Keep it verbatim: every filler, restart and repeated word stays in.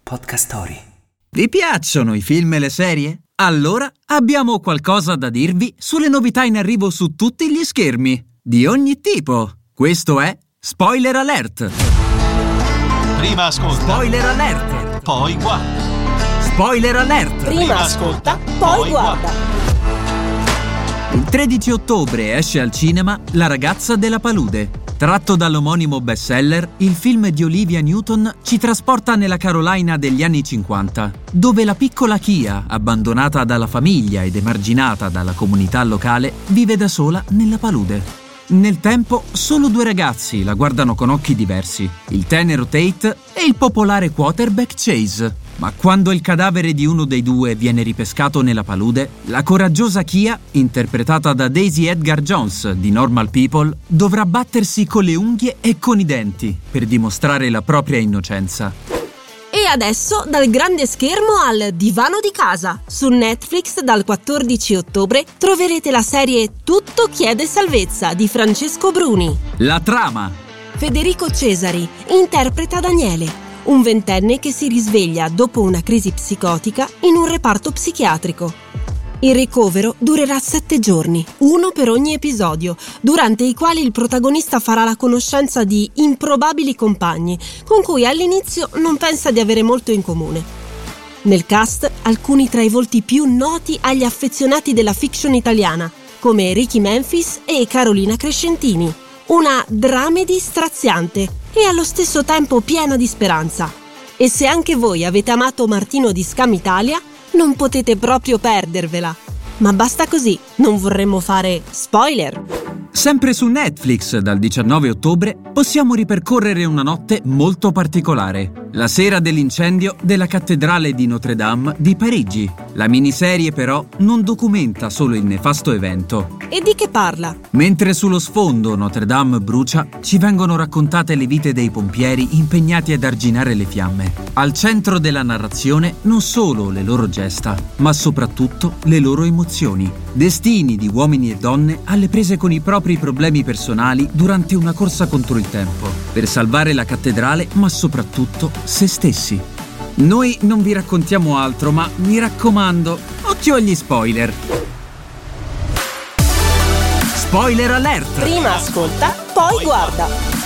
Podcast Story. Vi piacciono i film e le serie? Allora abbiamo qualcosa da dirvi sulle novità in arrivo su tutti gli schermi, di ogni tipo. Questo è Spoiler Alert. Prima ascolta, Spoiler Alert. poi guarda. Spoiler Alert. Prima ascolta, poi guarda. Il tredici ottobre esce al cinema La ragazza della palude. Tratto dall'omonimo bestseller, il film di Olivia Newton ci trasporta nella Carolina degli anni cinquanta, dove la piccola Kia, abbandonata dalla famiglia ed emarginata dalla comunità locale, vive da sola nella palude. Nel tempo, solo due ragazzi la guardano con occhi diversi, il tenero Tate e il popolare quarterback Chase. Ma quando il cadavere di uno dei due viene ripescato nella palude, la coraggiosa Kia, interpretata da Daisy Edgar Jones di Normal People, dovrà battersi con le unghie e con i denti per dimostrare la propria innocenza. E adesso dal grande schermo al divano di casa. Su Netflix dal quattordici ottobre troverete la serie Tutto chiede salvezza di Francesco Bruni. La trama. Federico Cesari interpreta Daniele, un ventenne che si risveglia dopo una crisi psicotica in un reparto psichiatrico. Il ricovero durerà sette giorni, uno per ogni episodio, durante i quali il protagonista farà la conoscenza di improbabili compagni, con cui all'inizio non pensa di avere molto in comune. Nel cast, alcuni tra i volti più noti agli affezionati della fiction italiana, come Ricky Memphis e Carolina Crescentini. Una dramedy straziante e allo stesso tempo piena di speranza. E se anche voi avete amato Martino di Scam Italia, non potete proprio perdervela. Ma basta così, non vorremmo fare spoiler. Sempre su Netflix, dal diciannove ottobre, possiamo ripercorrere una notte molto particolare. La sera dell'incendio della cattedrale di Notre Dame di Parigi. La miniserie però non documenta solo il nefasto evento. E di che parla? Mentre sullo sfondo Notre Dame brucia, ci vengono raccontate le vite dei pompieri impegnati ad arginare le fiamme. Al centro della narrazione non solo le loro gesta, ma soprattutto le loro emozioni. Destini di uomini e donne alle prese con i propri problemi personali durante una corsa contro il tempo, per salvare la cattedrale, ma soprattutto se stessi. Noi non vi raccontiamo altro, ma mi raccomando, occhio agli spoiler. Spoiler Alert! Prima ascolta, poi guarda.